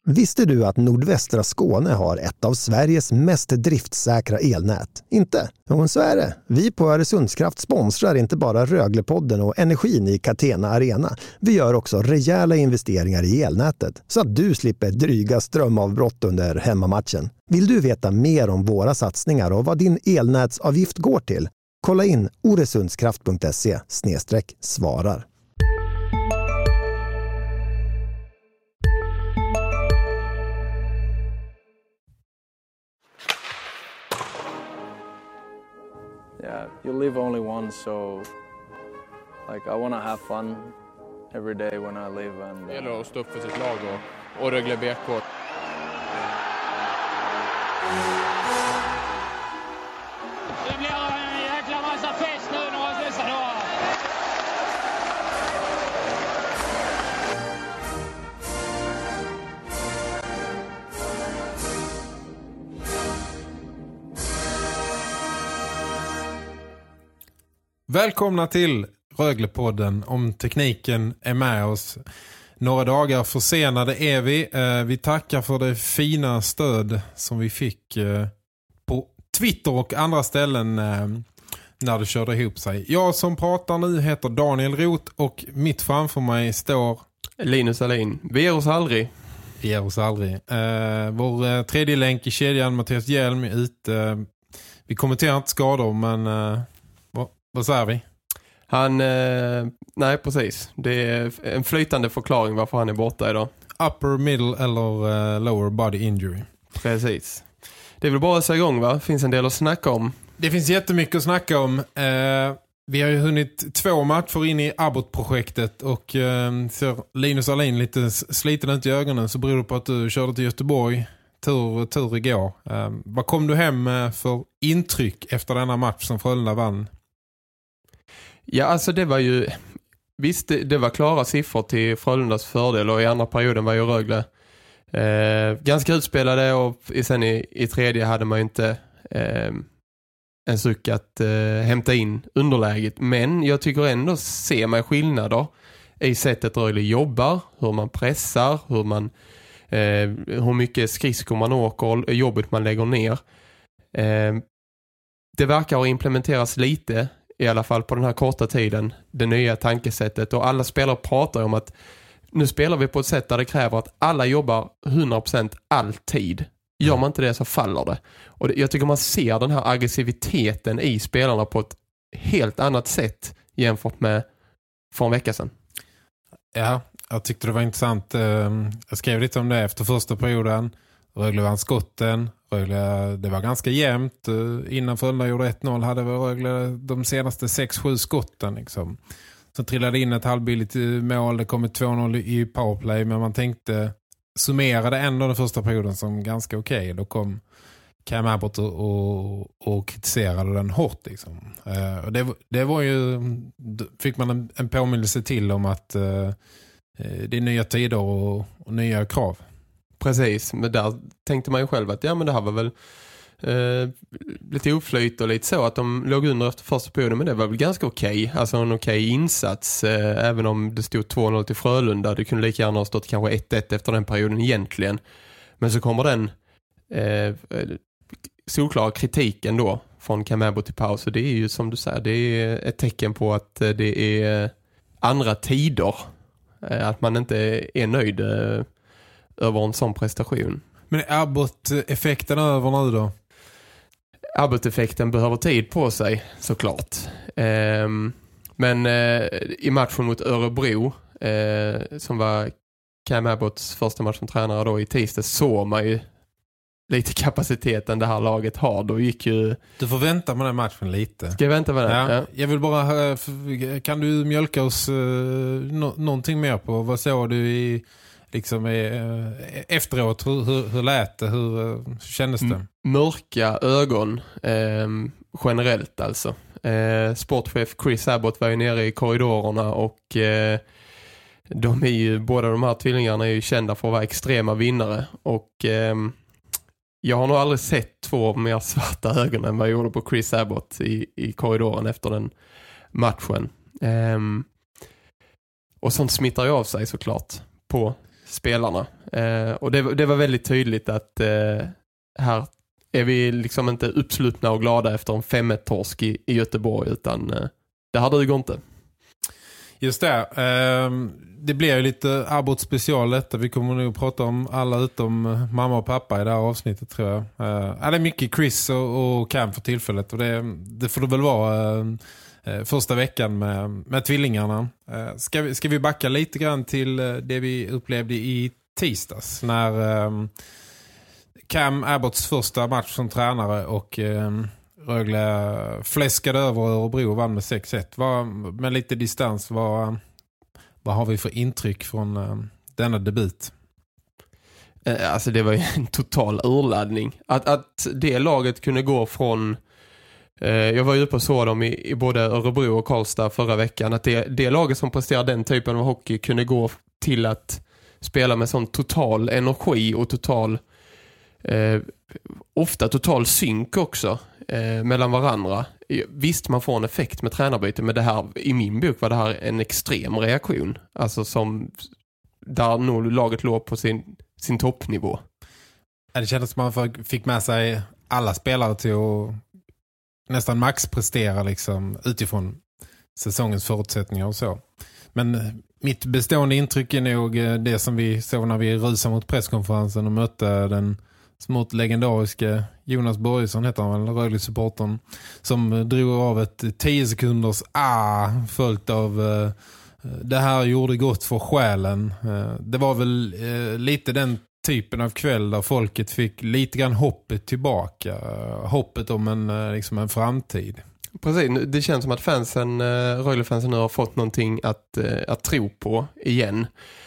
Visste du att nordvästra Skåne har ett av Sveriges mest driftsäkra elnät? Inte? Jo, så är det. Vi på Öresundskraft sponsrar inte bara Röglepodden och energin i Catena Arena. Vi gör också rejäla investeringar i elnätet så att du slipper dryga strömavbrott under hemmamatchen. Vill du veta mer om våra satsningar och vad din elnätsavgift går till? Kolla in oresundskraft.se/svarar. Yeah, you live only once, so like I want to have fun every day when I live. And det gäller att stå upp för sitt lag och Rögle BK. Det blir en jäkla massa fest nu när dessa dagar. Välkomna till Röglepodden. Om tekniken är med oss. Några dagar försenade är vi. Vi tackar för det fina stöd som vi fick på Twitter och andra ställen när det körde ihop sig. Jag som pratar nu heter Daniel Roth och mitt framför mig står Linus Alin. Vi ger oss aldrig. Vi ger oss aldrig. Vår tredje länk i kedjan, Mattias Hjelm, är ute. Vi kommenterar inte skador, men vad säger vi? Nej, precis. Det är en flytande förklaring varför han är borta idag. Upper, middle eller lower body injury. Precis. Det är väl bara att säga igång, va? Finns en del att snacka om. Det finns jättemycket att snacka om. Vi har ju hunnit 2 matcher in i Abbott-projektet och ser Linus Alin lite sliten ut i ögonen, så beror det på att du körde till Göteborg tur igår. Vad kom du hem för intryck efter denna match som Frölunda vann? Ja, alltså det var ju... Visst, det var klara siffror till Frölundas fördel, och i andra perioden var ju Rögle ganska utspelade, och sen i tredje hade man ju inte en suck att hämta in underläget. Men jag tycker ändå ser man skillnader i sättet Rögle jobbar, hur man pressar, hur mycket skridskor man åker och jobbet man lägger ner. Det verkar ha implementerats lite, i alla fall på den här korta tiden, det nya tankesättet, och alla spelare pratar om att nu spelar vi på ett sätt där det kräver att alla jobbar 100% alltid. Gör man inte det så faller det. Och jag tycker man ser den här aggressiviteten i spelarna på ett helt annat sätt jämfört med för en vecka sedan. Ja, jag tyckte det var intressant. Jag skrev lite om det efter första perioden. Rögle vann skotten. Rögle, det var ganska jämnt. Innan Frölunda gjorde 1-0 hade väl Rögle de senaste 6-7 skotten. Liksom. Så trillade in ett halvbilligt mål. Det kom ett 2-0 i powerplay. Men man tänkte, summerade ändå den första perioden som ganska okej. Då kom Cam Abbott och kritiserade den hårt. Liksom. Och det var ju, fick man en påminnelse till om att det är nya tider och nya krav. Precis, men där tänkte man ju själv att ja, men det här var väl lite uppflyt och lite så att de låg under efter första perioden, men det var väl ganska okej. Alltså en okej insats, även om det stod 2-0 till Frölunda. Det kunde lika gärna ha stått kanske 1-1 efter den perioden egentligen. Men så kommer den solklara kritiken då från Cam Abbott till paus, och det är ju som du säger, det är ett tecken på att det är andra tider, att man inte är nöjd över en sån prestation. Men är Abbott-effekten över nu då? Abbott-effekten behöver tid på sig, såklart. Men i matchen mot Örebro, som var Cam Abbotts första match som tränare då i tisdag, såg man ju lite kapaciteten det här laget har. Då gick ju... Du får vänta med den matchen lite. Ska jag vänta med den? Ja. Jag vill bara höra, kan du mjölka oss någonting mer på? Vad såg du i... liksom efteråt, hur lät det, hur kändes det? Mörka ögon generellt alltså. Sportchef Chris Abbott var ju nere i korridorerna, och de är ju, båda de här tvillingarna är ju kända för att vara extrema vinnare, och jag har nog aldrig sett 2 mer svarta ögon än vad jag gjorde på Chris Abbott i korridoren efter den matchen. Och sånt smittar ju av sig såklart på spelarna. Och det var väldigt tydligt att här är vi liksom inte uppslutna och glada efter en 5-1-torsk i Göteborg, utan det här duger inte. Just det. Det blir ju lite Abbott special detta. Vi kommer nog prata om alla utom mamma och pappa i det här avsnittet, tror jag. Det är mycket Chris och Cam för tillfället. Och det får det väl vara första veckan med tvillingarna. Ska vi backa lite grann till det vi upplevde i tisdags, när Cam Abbotts första match som tränare och Rögle fläskade över Örebro och vann med 6-1. Med lite distans, vad har vi för intryck från denna debut? Alltså det var ju en total urladdning. Att det laget kunde gå från... jag var ju uppe och såg dem i både Örebro och Karlstad förra veckan. Att det laget som presterade den typen av hockey kunde gå till att spela med sån total energi och ofta total synk också mellan varandra. Visst, man får en effekt med tränarbyte, men det här, i min bok var det här en extrem reaktion. Alltså som där nog laget låg på sin toppnivå. Det kändes som man fick med sig alla spelare till att nästan maxprestera liksom, utifrån säsongens förutsättningar och så. Men mitt bestående intryck är nog det som vi såg när vi rusade mot presskonferensen och mötte den smått legendariska Jonas Börjesson, heter han väl, Rögle-supporten, som drog av ett 10 sekunders följt av det här gjorde gott för själen. Det var väl lite den typen av kväll där folket fick lite grann hoppet tillbaka. Hoppet om en framtid. Precis, det känns som att Rögle-fansen nu har fått någonting att tro på igen.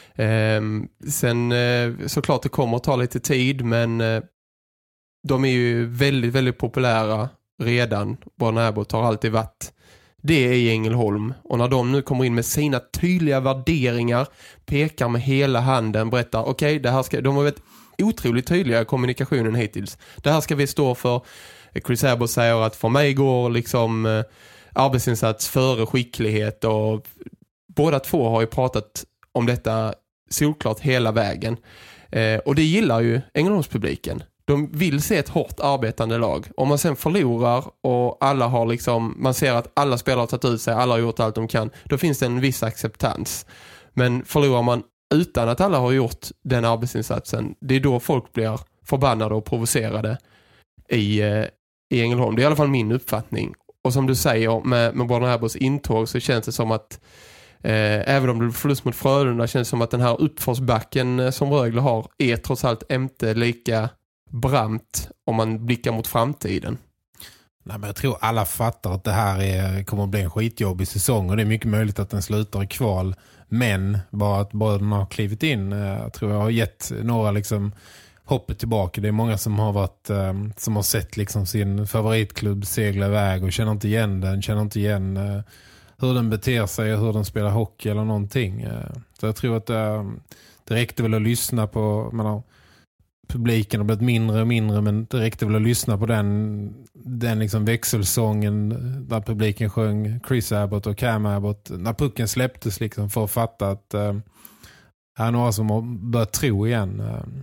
Sen såklart det kommer att ta lite tid, men de är ju väldigt, väldigt populära redan. Bröderna Abbott har alltid varit det i Ängelholm, och när de nu kommer in med sina tydliga värderingar, pekar med hela handen, berättar okej, det här ska, de har varit otroligt tydliga i kommunikationen hittills. Det här ska vi stå för. Chris Abbott säger att för mig går liksom arbetsinsats före skicklighet, och båda två har ju pratat om detta solklart hela vägen. Och det gillar ju Ängelholmspubliken. De vill se ett hårt arbetande lag. Om man sen förlorar och alla har liksom, man ser att alla spelare har tagit ut sig, alla har gjort allt de kan, då finns det en viss acceptans. Men förlorar man utan att alla har gjort den arbetsinsatsen, det är då folk blir förbannade och provocerade i Ängelholm. Det är i alla fall min uppfattning. Och som du säger, med Bröderna Abbotts intåg så känns det som att även om det blir förlust mot Frölunda, känns det som att den här uppförsbacken som Rögle har är trots allt inte lika brant om man blickar mot framtiden. Nej, men jag tror alla fattar att det här kommer att bli en skitjobbig säsong, och det är mycket möjligt att den slutar i kval, men bara att bröderna har klivit in, jag tror jag har gett några liksom hoppet tillbaka. Det är många som har varit som har sett liksom sin favoritklubb segla iväg och känner inte igen hur den beter sig och hur den spelar hockey eller någonting. Så jag tror att det räckte väl att lyssna på, publiken har blivit mindre och mindre, men det räckte väl att lyssna på den liksom växelsången där publiken sjöng Chris Abbott och Cam Abbott när pucken släpptes liksom, för att fatta att här är några som har börjat tro igen.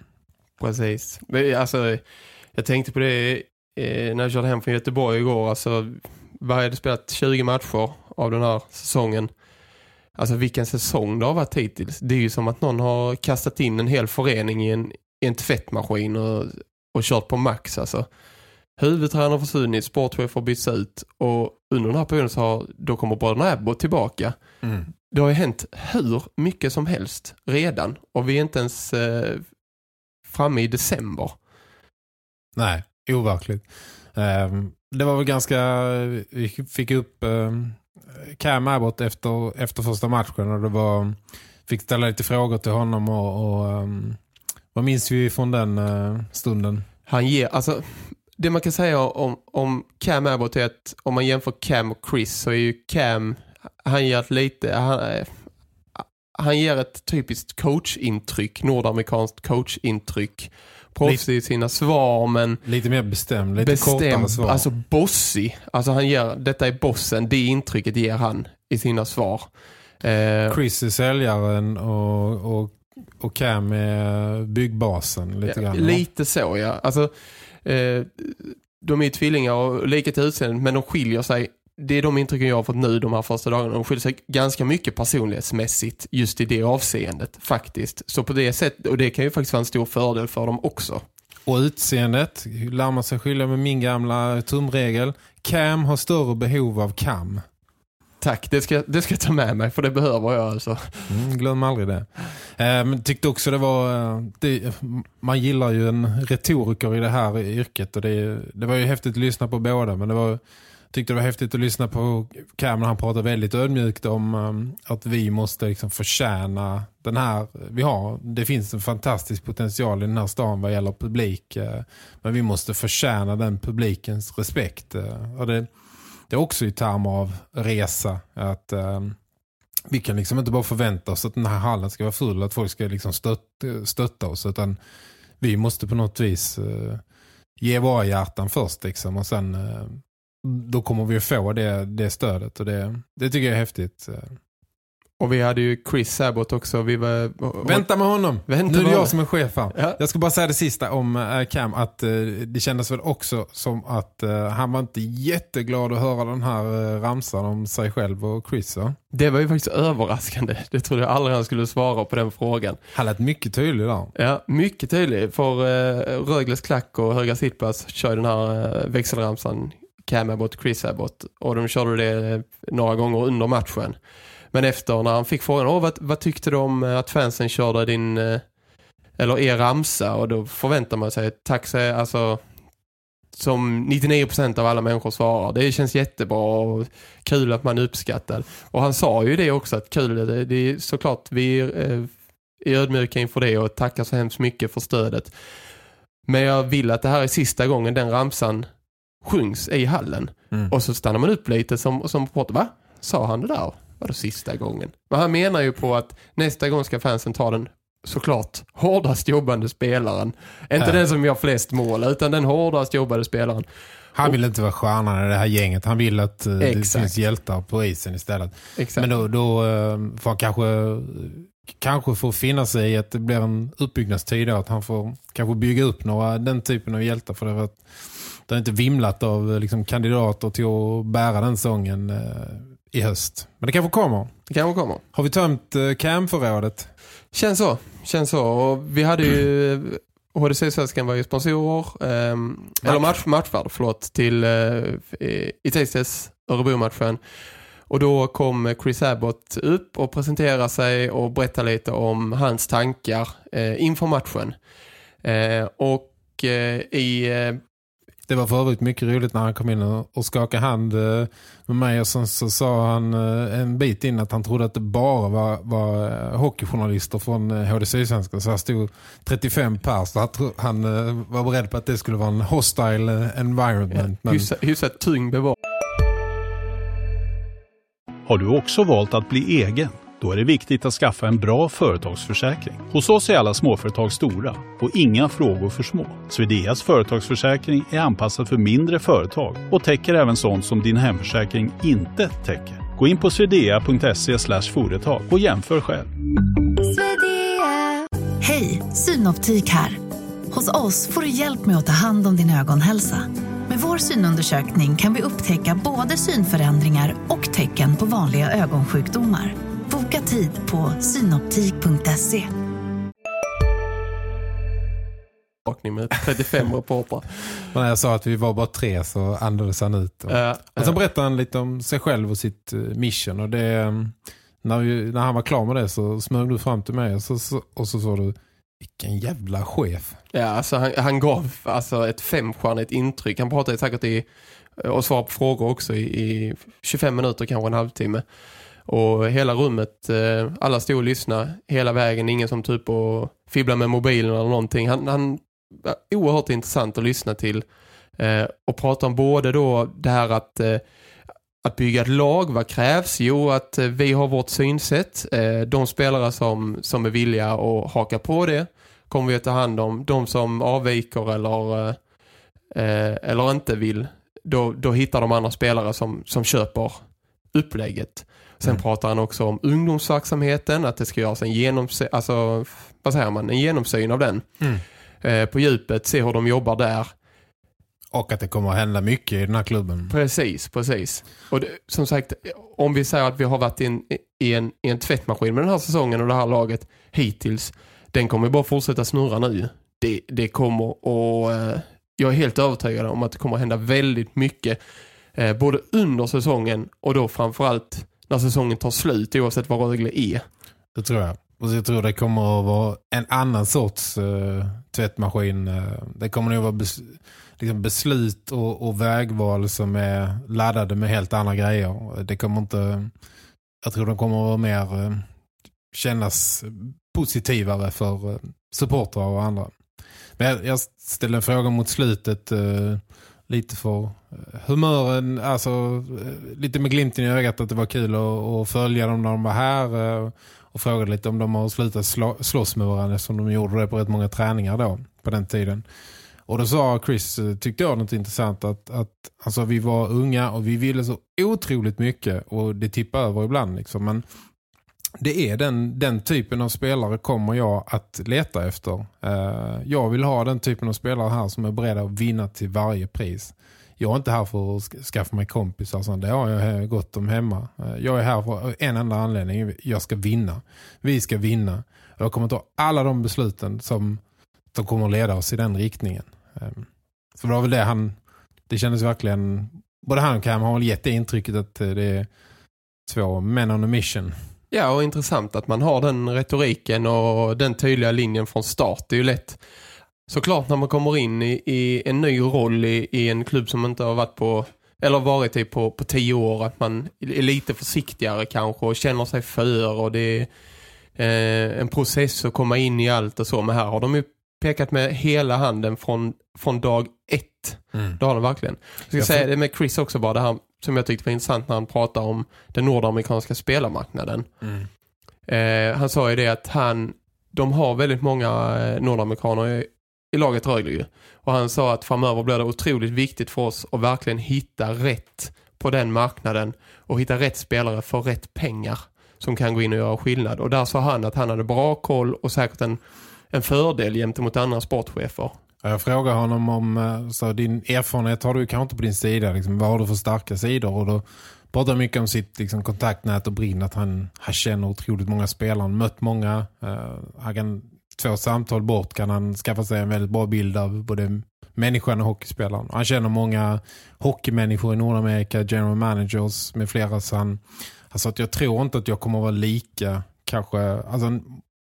Precis. Alltså, jag tänkte på det när jag körde hem från Göteborg igår. Alltså, vad hade spelat 20 matcher av den här säsongen. Alltså vilken säsong det har varit hittills. Det är ju som att någon har kastat in en hel förening i en tvättmaskin och kört på max. Alltså. Huvudtränaren försvunnit, sportchef har bytts ut, och under den här perioden då kommer Bröderna Abbott tillbaka. Mm. Det har ju hänt hur mycket som helst redan, och vi är inte ens framme i december. Nej, overkligt. Det var väl ganska, vi fick upp Cam Abbott efter första matchen, och fick ställa lite frågor till honom och vad minns vi från den stunden? Han ger, alltså det man kan säga om Cam Abbott är att om man jämför Cam och Chris, så är ju Cam, han ger ett typiskt coachintryck, nordamerikanskt coachintryck. Proffsig i sina svar, men lite mer bestämd, lite kortare svar. Alltså bossig. Alltså han ger, detta är bossen, det intrycket ger han i sina svar. Chris är säljaren och och Cam är byggbasen lite grann. Lite så, ja. Alltså, de är tvillingar och lika till utseendet, men de skiljer sig. Det är de intrycken jag har fått nu de här första dagarna. De skiljer sig ganska mycket personlighetsmässigt just i det avseendet faktiskt. Så på det sättet, och det kan ju faktiskt vara en stor fördel för dem också. Och utseendet lär man sig skilja med min gamla tumregel. Cam har större behov av Cam. Tack, det ska jag ta med mig, för det behöver jag alltså. Glöm aldrig det. Men tyckte också det var... man gillar ju en retoriker i det här yrket. Och det var ju häftigt att lyssna på båda, men tyckte det var häftigt att lyssna på Cam när han pratade väldigt ödmjukt om att vi måste liksom förtjäna den här det finns en fantastisk potential i den här stan vad gäller publik, men vi måste förtjäna den publikens respekt. Och det är också i termer av resa att vi kan liksom inte bara förvänta oss att den här hallen ska vara full, att folk ska liksom stötta oss, utan vi måste på något vis ge våra hjärtan först liksom, och sen då kommer vi att få det stödet, och det tycker jag är häftigt. Och vi hade ju Chris Abbott också. Vänta med honom! Nu är det jag som är chef här. Ja. Jag ska bara säga det sista om Cam, att det kändes väl också som att han var inte jätteglad att höra den här ramsan om sig själv och Chris, va? Det var ju faktiskt överraskande. Det trodde jag aldrig han skulle svara på den frågan. Han lät mycket tydlig då. Ja, mycket tydlig. För Rögles klack och Höga Sittpass kör den här växelramsan Cam Abbott, Chris Abbott. Och de körde det några gånger under matchen. Men efter när han fick frågan, vad tyckte du om att fansen körde eller er ramsa? Och då förväntar man sig, tack säger, alltså, som 99% av alla människor svarar. Det känns jättebra och kul att man är uppskattad. Och han sa ju det också, att kul, det är såklart vi är ödmjuka inför det och tackar så hemskt mycket för stödet. Men jag vill att det här är sista gången den ramsan sjungs i hallen. Och så stannar man upp lite som pratar, va? Sa han det där? Var det sista gången? Men han menar ju på att nästa gång ska fansen ta den såklart hårdast jobbande spelaren. Inte den som gör flest mål, utan den hårdast jobbade spelaren. Han vill inte vara stjärnan i det här gänget. Han vill att det finns hjältar på isen istället. Exakt. Men då får han kanske får finna sig i att det blir en uppbyggnadstid, att han får kanske bygga upp den typen av hjältar, för det är inte vimlat av liksom kandidater till att bära den sången i höst. Men det kanske kommer. Har vi tömt Cam-förrådet? Känns så. Och vi hade ju HDC-svenskan var ju sponsorer eller matchvärd, till i tisdags Örebro-matchen. Och då kom Chris Abbott upp och presenterade sig och berättade lite om hans tankar inför matchen. Det var för övrigt mycket roligt när han kom in och skakade hand med mig, och så sa han en bit in att han trodde att det bara var hockeyjournalister från HDC-svenskan, så här stod 35 pers, så han var beredd på att det skulle vara en hostile environment. Ja, hyfsat tung bevar. Har du också valt att bli egen? Då är det viktigt att skaffa en bra företagsförsäkring. Hos oss är alla småföretag stora och inga frågor för små. Swedeas företagsförsäkring är anpassad för mindre företag och täcker även sånt som din hemförsäkring inte täcker. Gå in på swedea.se/företag och jämför själv. Hej, Synoptik här. Hos oss får du hjälp med att ta hand om din ögonhälsa. Med vår synundersökning kan vi upptäcka både synförändringar och tecken på vanliga ögonsjukdomar. Boka tid på synoptik.se. Med 35 reportrar. När jag sa att vi var bara 3 så andades han ut. Och så berättade han lite om sig själv och sitt mission. Och det, när han var klar med det så smög du fram till mig och så sa du, vilken jävla chef. Ja, alltså han gav alltså ett 5-stjärnigt intryck. Han pratade säkert och svarade på frågor också i 25 minuter, kanske en halvtimme. Och hela rummet, alla stod och lyssnade hela vägen. Ingen som typ och fibblar med mobilen eller någonting. Han var oerhört intressant att lyssna till. Och prata om både då det här att bygga ett lag. Vad krävs? Jo, att vi har vårt synsätt. De spelare som är villiga att haka på det kommer vi att ta hand om. De som avviker eller inte vill, då hittar de andra spelare som köper upplägget. Sen pratar han också om ungdomsverksamheten, att det ska göras en genomsyn av den. På djupet, se hur de jobbar där. Och att det kommer att hända mycket i den här klubben. Precis. Och som sagt, om vi säger att vi har varit i en tvättmaskin med den här säsongen och det här laget hittills, den kommer bara fortsätta snurra nu. Det kommer, och jag är helt övertygad om att det kommer att hända väldigt mycket både under säsongen och då framförallt när säsongen tar slut, oavsett vad Rögle är. Det tror jag. Och jag tror det kommer att vara en annan sorts tvättmaskin. Det kommer nog vara beslut och vägval som är laddade med helt andra grejer. Det kommer inte... Jag tror de kommer att vara mer kännas positivare för supportrar och andra. Men jag ställde en fråga mot slutet lite för humören, alltså lite med glimten i ögat att det var kul att följa dem när de var här och frågade lite om de har slutat slåss med varandra som de gjorde det på rätt många träningar då på den tiden. Och då sa Chris, tyckte jag något intressant att alltså, vi var unga och vi ville så otroligt mycket och det tippar över ibland liksom, men det är den typen av spelare kommer jag att leta efter. Jag vill ha den typen av spelare här som är beredda att vinna till varje pris. Jag är inte här för att skaffa mig kompisar. Så det har jag gått om hemma. Jag är här för en enda anledning. Jag ska vinna. Vi ska vinna. Jag kommer ta alla de besluten som kommer att leda oss i den riktningen. Så det var väl det kändes verkligen, både han och Cam har väl gett det intrycket att det är två men on a mission. Ja, och intressant att man har den retoriken och den tydliga linjen från start. Det är ju lätt. Såklart när man kommer in i en ny roll i en klubb som inte har varit på, eller varit i på 10 år, att man är lite försiktigare kanske och känner sig för, och det är en process att komma in i allt och så. Men här har de ju pekat med hela handen från dag 1. Det har de verkligen. Jag ska säga det med Chris också, bara det här som jag tyckte var intressant när han pratade om den nordamerikanska spelarmarknaden. Han sa ju det att de har väldigt många nordamerikaner i laget Rögle. Och han sa att framöver blir det otroligt viktigt för oss att verkligen hitta rätt på den marknaden och hitta rätt spelare för rätt pengar som kan gå in och göra skillnad. Och där sa han att han hade bra koll och säkert en fördel gentemot andra sportchefer. Jag frågar honom om så din erfarenhet har du kanske inte på din sida. Liksom, vad har du för starka sidor? Och då pratar mycket om sitt liksom, kontaktnät och brinn. Att han känner otroligt många spelare. Han mött många. Han kan 2 samtal bort kan han skaffa sig en väldigt bra bild av både människan och hockeyspelaren. Han känner många hockeymänniskor i Nordamerika, general managers med flera. Så alltså att jag tror inte att jag kommer att vara lika kanske... Alltså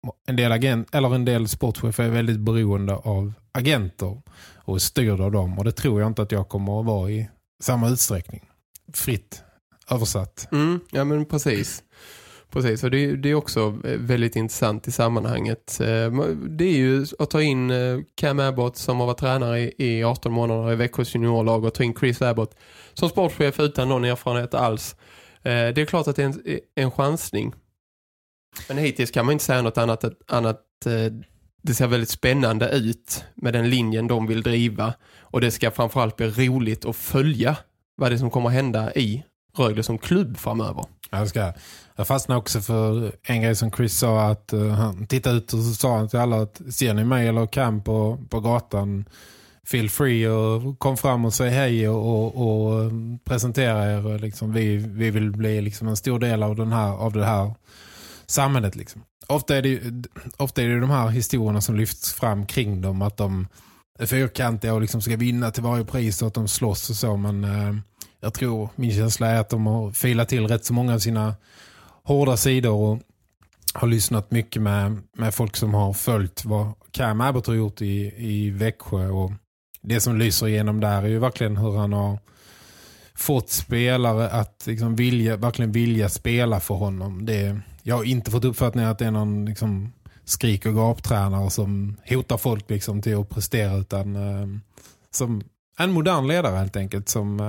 en del sportchefer är väldigt beroende av agenter och styrd av dem, och det tror jag inte att jag kommer att vara i samma utsträckning. Fritt översatt. Ja men precis. Och det är också väldigt intressant i sammanhanget. Det är ju att ta in Cam Abbott som har varit tränare i 18 månader i Växjös juniorlag och ta in Chris Abbott som sportchef utan någon erfarenhet alls. Det är klart att det är en chansning. Men hittills kan man inte säga något annat. Det ser väldigt spännande ut med den linjen de vill driva. Och det ska framförallt bli roligt att följa vad det som kommer hända i Rögle som klubb framöver. Jag fastnar också för en grej som Chris sa, att han tittade ut och så sa han till alla att ser ni mig eller Cam på gatan, feel free och kom fram och säg hej och presentera er. Liksom, vi vill bli liksom en stor del av det här samhället liksom. Ofta är det de här historierna som lyfts fram kring dem, att de är fyrkantiga och liksom ska vinna till varje pris och att de slåss och så, men jag tror, min känsla är att de har filat till rätt så många av sina hårda sidor och har lyssnat mycket med folk som har följt vad Cam Abbott har gjort i Växjö, och det som lyser igenom där är ju verkligen hur han har fått spelare att liksom verkligen vilja spela för honom. Jag har inte fått uppfattningen att det är någon liksom skrik- och gaptränare som hotar folk liksom till att prestera, utan som en modern ledare helt enkelt, som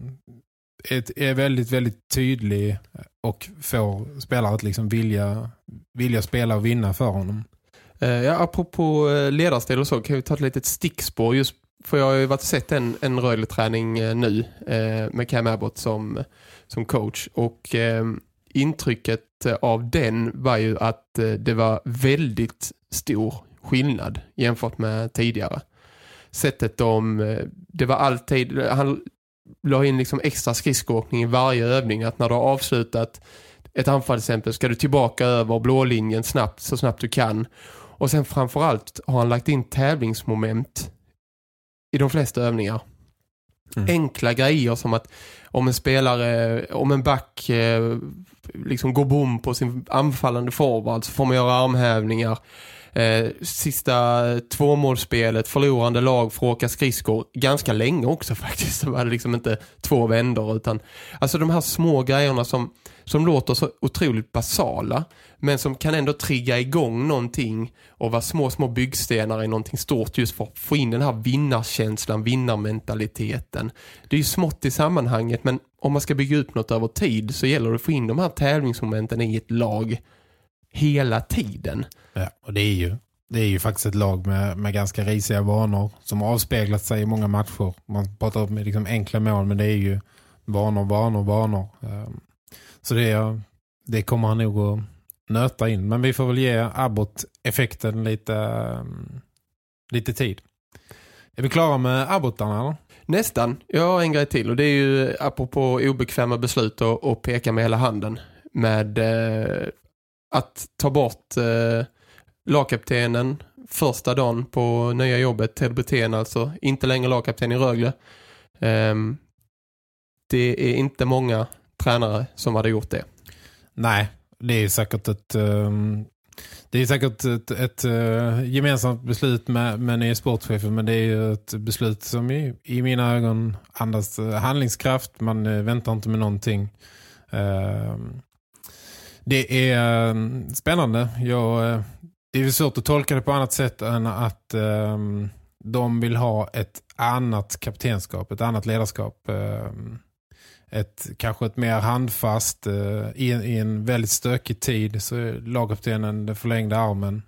är väldigt, väldigt tydlig och får spelare att liksom vilja spela och vinna för honom. Ja, apropå ledarstil och så kan vi ta ett litet stickspår, just för jag har ju varit sett en Rögle-träning nu med Cam Abbott som coach, och intrycket av den var ju att det var väldigt stor skillnad jämfört med tidigare. Sättet det var alltid, han la in liksom extra skridskoåkning i varje övning, att när du har avslutat ett anfall exempel ska du tillbaka över blålinjen snabbt, så snabbt du kan. Och sen framförallt har han lagt in tävlingsmoment i de flesta övningar. Enkla grejer som att om en back liksom går bom på sin anfallande forward så får man göra armhävningar. Sista tvåmålsspelet, förlorande lag får åka skridskor ganska länge också faktiskt. Det var liksom inte 2 vändor, utan alltså de här små grejerna som låter så otroligt basala, men som kan ändå trigga igång någonting och vara små byggstenar i någonting stort, just för att få in den här vinnarkänslan, vinnarmentaliteten. Det är ju smått i sammanhanget, men om man ska bygga upp något över tid så gäller det att få in de här tävlingsmomenten i ett lag hela tiden. Ja, och det är ju faktiskt ett lag med ganska risiga vanor som avspeglat sig i många matcher. Man pratar om liksom enkla mål, men det är ju vanor. Så det kommer han nog att nöta in. Men vi får väl ge Abbott-effekten lite tid. Är vi klara med Abbottarna eller? Nästan. Jag har en grej till, och det är ju apropå obekväma beslut och peka med hela handen med att ta bort lagkaptenen första dagen på nya jobbet, Ted Brithén, alltså inte längre lagkapten i Rögle. Det är inte många tränare som hade gjort det. Nej, det är säkert ett gemensamt beslut med nya sportchefer, men det är ju ett beslut som i mina ögon andas handlingskraft. Man väntar inte med någonting. Det är spännande. Det är svårt att tolka det på annat sätt än att de vill ha ett annat kaptenskap, ett annat ledarskap. Kanske ett mer handfast i en väldigt stökig tid, så är lagkaptenen den förlängda armen.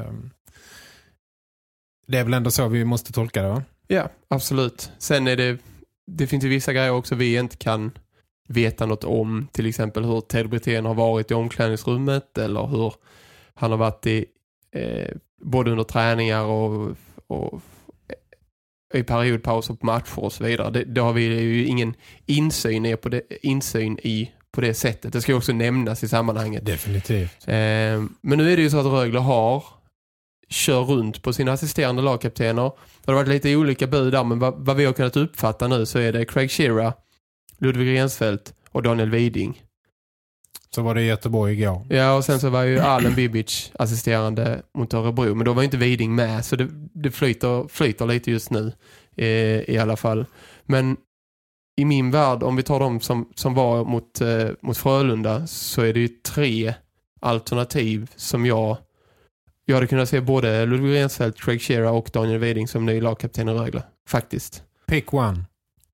Det är väl ändå så vi måste tolka det, va? Ja, absolut. Sen är det finns ju vissa grejer också vi inte kan veta något om, till exempel hur Ted Brithén har varit i omklädningsrummet, eller hur han har varit i både under träningar och i periodpauser på matcher och så vidare. Det har vi ju ingen insyn i på det sättet. Det ska ju också nämnas i sammanhanget. Definitivt. Men nu är det ju så att Rögle kör runt på sina assisterande lagkaptener. Det har varit lite olika bud där, men vad vi har kunnat uppfatta nu så är det Craig Shearer, Ludvig Rensfeldt och Daniel Widing. Så var det i Göteborg igår. Ja, och sen så var ju Alen Bibic assisterande mot Örebro, men då var inte Widing med, så det flyter lite just nu i alla fall. Men i min värld, om vi tar dem som var mot Frölunda, så är det ju 3 alternativ som jag hade kunnat se både Ludvig Rensfeldt, Craig Shearer och Daniel Widing som ny lagkapten i Rögle, faktiskt. Pick one.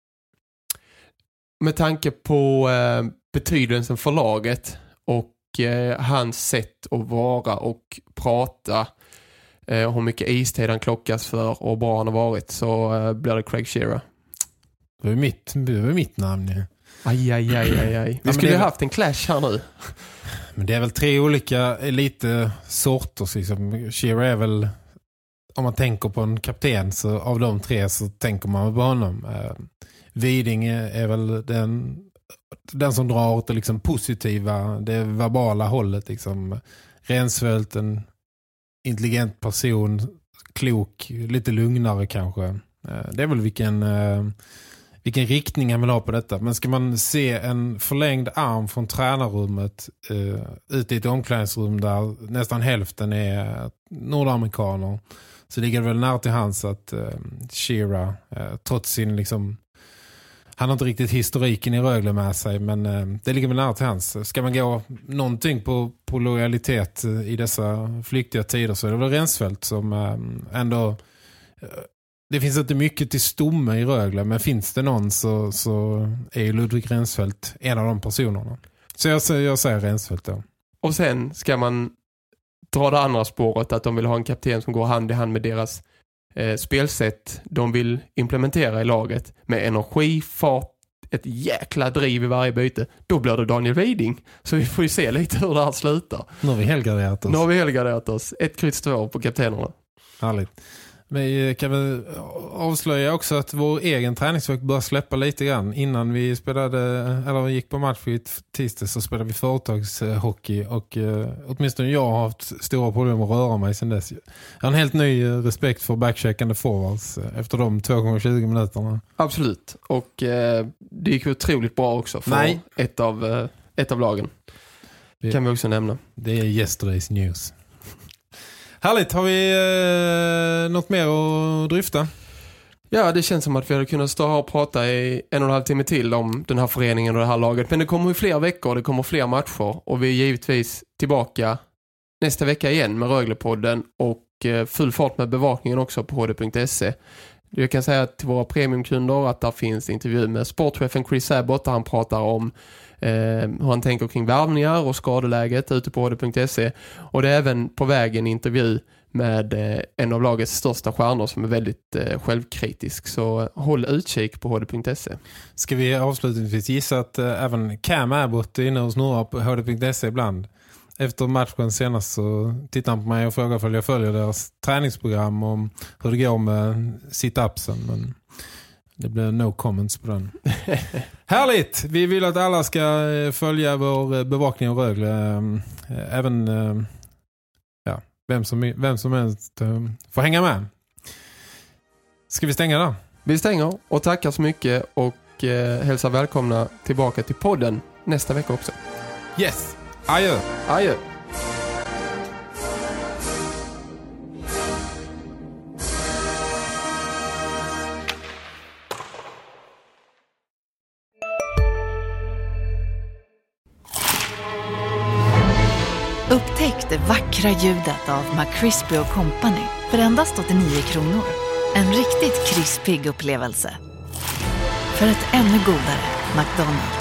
Med tanke på betydelsen för laget och hans sätt att vara och prata, hur mycket istid han klockas för och bra han har varit, så blir det Craig Shearer. Det var mitt namn. Ja. Aj. Vi skulle ju haft en clash här nu. Men det är väl 3 olika elitsorter. Liksom. Shearer är väl, om man tänker på en kapten, så av de 3 så tänker man på honom. Widing är väl den som drar åt det liksom positiva, det verbala hållet. Liksom. Rensfeldt, en intelligent person, klok, lite lugnare kanske. Det är väl vilken riktning han vill ha på detta. Men ska man se en förlängd arm från tränarrummet ute i ett omklädningsrum där nästan hälften är nordamerikaner, så ligger det väl nära till hands att Shearer, trots sin liksom, han har inte riktigt historiken i Rögle med sig, men det ligger väl nära till hands. Ska man gå någonting på lojalitet i dessa flyktiga tider, så är det väl Rensfeldt som ändå... Det finns inte mycket till stomme i Rögle, men finns det någon så är ju Ludvig Rensfeldt en av de personerna. Så jag säger Rensfeldt då. Och sen ska man dra det andra spåret, att de vill ha en kapten som går hand i hand med deras spelsätt de vill implementera i laget, med energi, fart, ett jäkla driv i varje byte, då blir det Daniel Widing. Så vi får ju se lite hur det här slutar. Nu har vi helgarderat oss. 1-2 på kaptenerna. Härligt. Men kan vi avslöja också att vår egen träningsvecka börjar släppa lite grann. Innan vi gick på match i tisdag så spelade vi företagshockey och åtminstone jag har haft stora problem att röra mig sedan dess. Jag har en helt ny respekt för backcheckande forwards efter de 2x20 minuterna. Absolut. Och det gick otroligt bra också för ett av lagen. Det kan vi också nämna. Det är yesterday's news. Härligt, har vi något mer att dryfta? Ja, det känns som att vi hade kunnat stå här och prata i 1,5 timme till om den här föreningen och det här laget. Men det kommer ju fler veckor, det kommer fler matcher. Och vi är givetvis tillbaka nästa vecka igen med Röglepodden och full fart med bevakningen också på hd.se. Jag kan säga till våra premiumkunder att där finns intervju med sportchefen Chris Abbott där han pratar om hur han tänker kring värvningar och skadeläget ute på hd.se. Och det är även på vägen intervju med en av lagets största stjärnor som är väldigt självkritisk. Så håll utkik på hd.se. Ska vi avslutningsvis gissa att även Cam Abbott är inne och snurrar på hd.se ibland? Efter matchen senast så tittar han på mig och frågar om jag följer deras träningsprogram om hur det går med sit-upsen. Men det blir no comments på den. Härligt! Vi vill att alla ska följa vår bevakning av Rögle. Även vem som helst får hänga med. Ska vi stänga då? Vi stänger och tackar så mycket och hälsar välkomna tillbaka till podden nästa vecka också. Yes! Adjö! Adjö! Upptäck det vackra ljudet av McCrispy & Company för endast 89 kronor. En riktigt krispig upplevelse. För ett ännu godare McDonald's.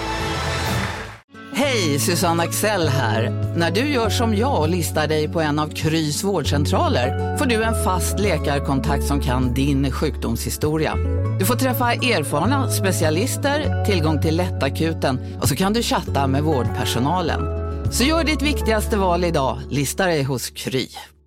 Hej, Susanne Axel här. När du gör som jag och listar dig på en av Krys vårdcentraler får du en fast läkarkontakt som kan din sjukdomshistoria. Du får träffa erfarna specialister, tillgång till lättakuten och så kan du chatta med vårdpersonalen. Så gör ditt viktigaste val idag, lista dig hos Kry.